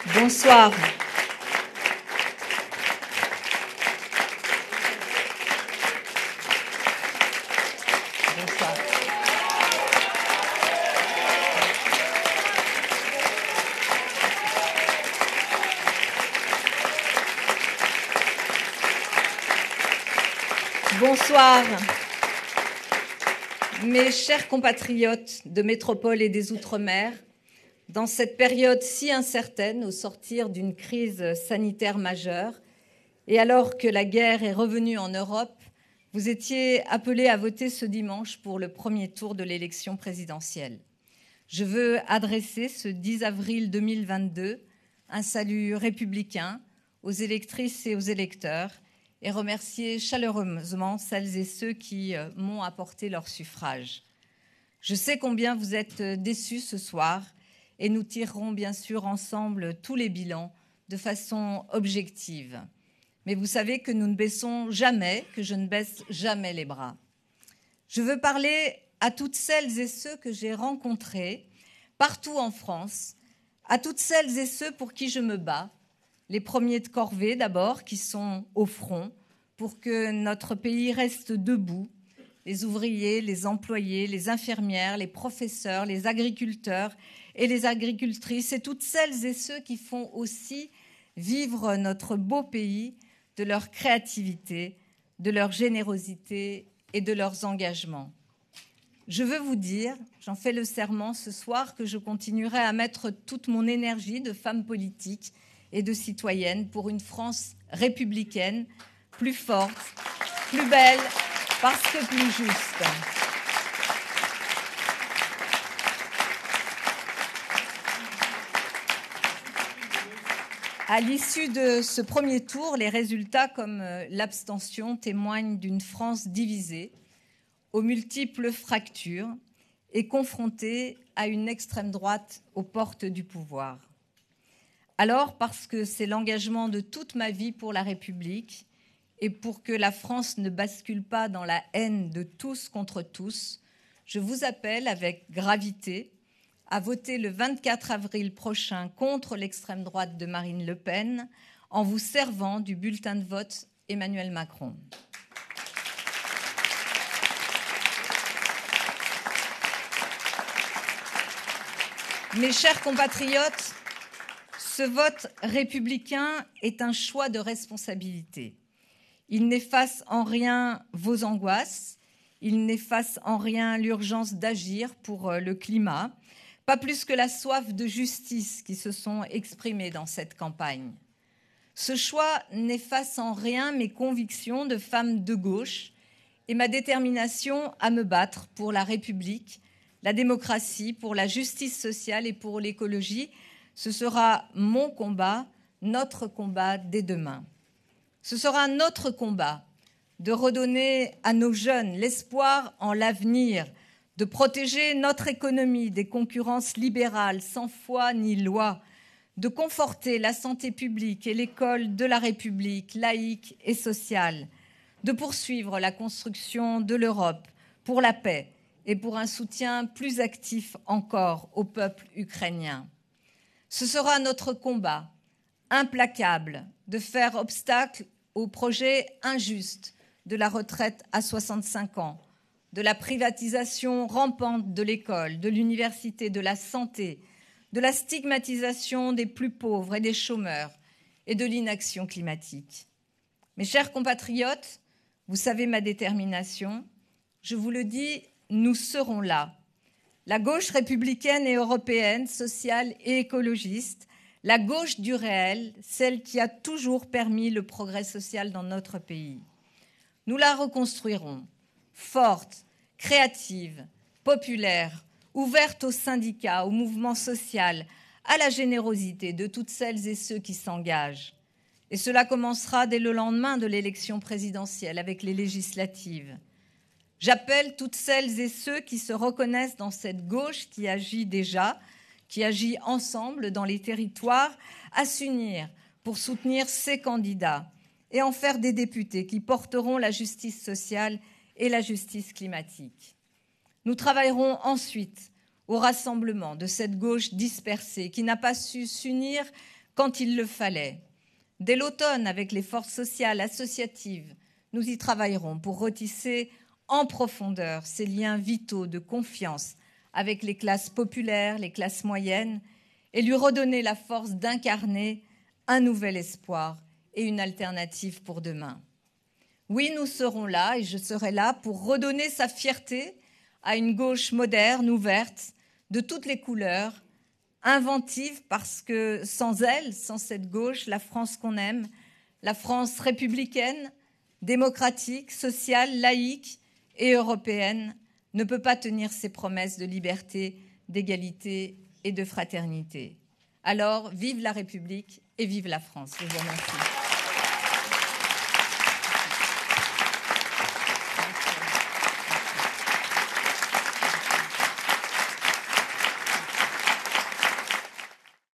Bonsoir. Bonsoir. Bonsoir. Mes chers compatriotes de métropole et des Outre-mer, dans cette période si incertaine au sortir d'une crise sanitaire majeure, et alors que la guerre est revenue en Europe, vous étiez appelés à voter ce dimanche pour le premier tour de l'élection présidentielle. Je veux adresser ce 10 avril 2022 un salut républicain aux électrices et aux électeurs et remercier chaleureusement celles et ceux qui m'ont apporté leur suffrage. Je sais combien vous êtes déçus ce soir et nous tirerons bien sûr ensemble tous les bilans de façon objective. Mais vous savez que nous ne baissons jamais, que je ne baisse jamais les bras. Je veux parler à toutes celles et ceux que j'ai rencontrés partout en France, à toutes celles et ceux pour qui je me bats, les premiers de corvée d'abord, qui sont au front, pour que notre pays reste debout, les ouvriers, les employés, les infirmières, les professeurs, les agriculteurs et les agricultrices et toutes celles et ceux qui font aussi vivre notre beau pays de leur créativité, de leur générosité et de leurs engagements. Je veux vous dire, j'en fais le serment ce soir, que je continuerai à mettre toute mon énergie de femme politique et de citoyenne pour une France républicaine, plus forte, plus belle, parce que plus juste. À l'issue de ce premier tour, les résultats comme l'abstention témoignent d'une France divisée, aux multiples fractures et confrontée à une extrême droite aux portes du pouvoir. Alors, parce que c'est l'engagement de toute ma vie pour la République et pour que la France ne bascule pas dans la haine de tous contre tous, je vous appelle avec gravité à voter le 24 avril prochain contre l'extrême droite de Marine Le Pen en vous servant du bulletin de vote Emmanuel Macron. Mes chers compatriotes, ce vote républicain est un choix de responsabilité. Il n'efface en rien vos angoisses, il n'efface en rien l'urgence d'agir pour le climat, pas plus que la soif de justice qui se sont exprimées dans cette campagne. Ce choix n'efface en rien mes convictions de femme de gauche et ma détermination à me battre pour la République, la démocratie, pour la justice sociale et pour l'écologie. Ce sera mon combat, notre combat dès demain. Ce sera notre combat de redonner à nos jeunes l'espoir en l'avenir, de protéger notre économie des concurrences libérales sans foi ni loi, de conforter la santé publique et l'école de la République laïque et sociale, de poursuivre la construction de l'Europe pour la paix et pour un soutien plus actif encore au peuple ukrainien. Ce sera notre combat implacable de faire obstacle au projet injuste de la retraite à 65 ans, de la privatisation rampante de l'école, de l'université, de la santé, de la stigmatisation des plus pauvres et des chômeurs et de l'inaction climatique. Mes chers compatriotes, vous savez ma détermination. Je vous le dis, nous serons là. La gauche républicaine et européenne, sociale et écologiste, la gauche du réel, celle qui a toujours permis le progrès social dans notre pays. Nous la reconstruirons, forte, créative, populaire, ouverte aux syndicats, au mouvement social, à la générosité de toutes celles et ceux qui s'engagent. Et cela commencera dès le lendemain de l'élection présidentielle avec les législatives. J'appelle toutes celles et ceux qui se reconnaissent dans cette gauche qui agit déjà, qui agit ensemble dans les territoires, à s'unir pour soutenir ces candidats et en faire des députés qui porteront la justice sociale et la justice climatique. Nous travaillerons ensuite au rassemblement de cette gauche dispersée qui n'a pas su s'unir quand il le fallait. Dès l'automne, avec les forces sociales associatives, nous y travaillerons pour retisser en profondeur ces liens vitaux de confiance avec les classes populaires, les classes moyennes, et lui redonner la force d'incarner un nouvel espoir et une alternative pour demain. Oui, nous serons là, et je serai là pour redonner sa fierté à une gauche moderne, ouverte, de toutes les couleurs, inventive, parce que sans elle, sans cette gauche, la France qu'on aime, la France républicaine, démocratique, sociale, laïque et européenne, ne peut pas tenir ses promesses de liberté, d'égalité et de fraternité. Alors, vive la République et vive la France. Je vous remercie.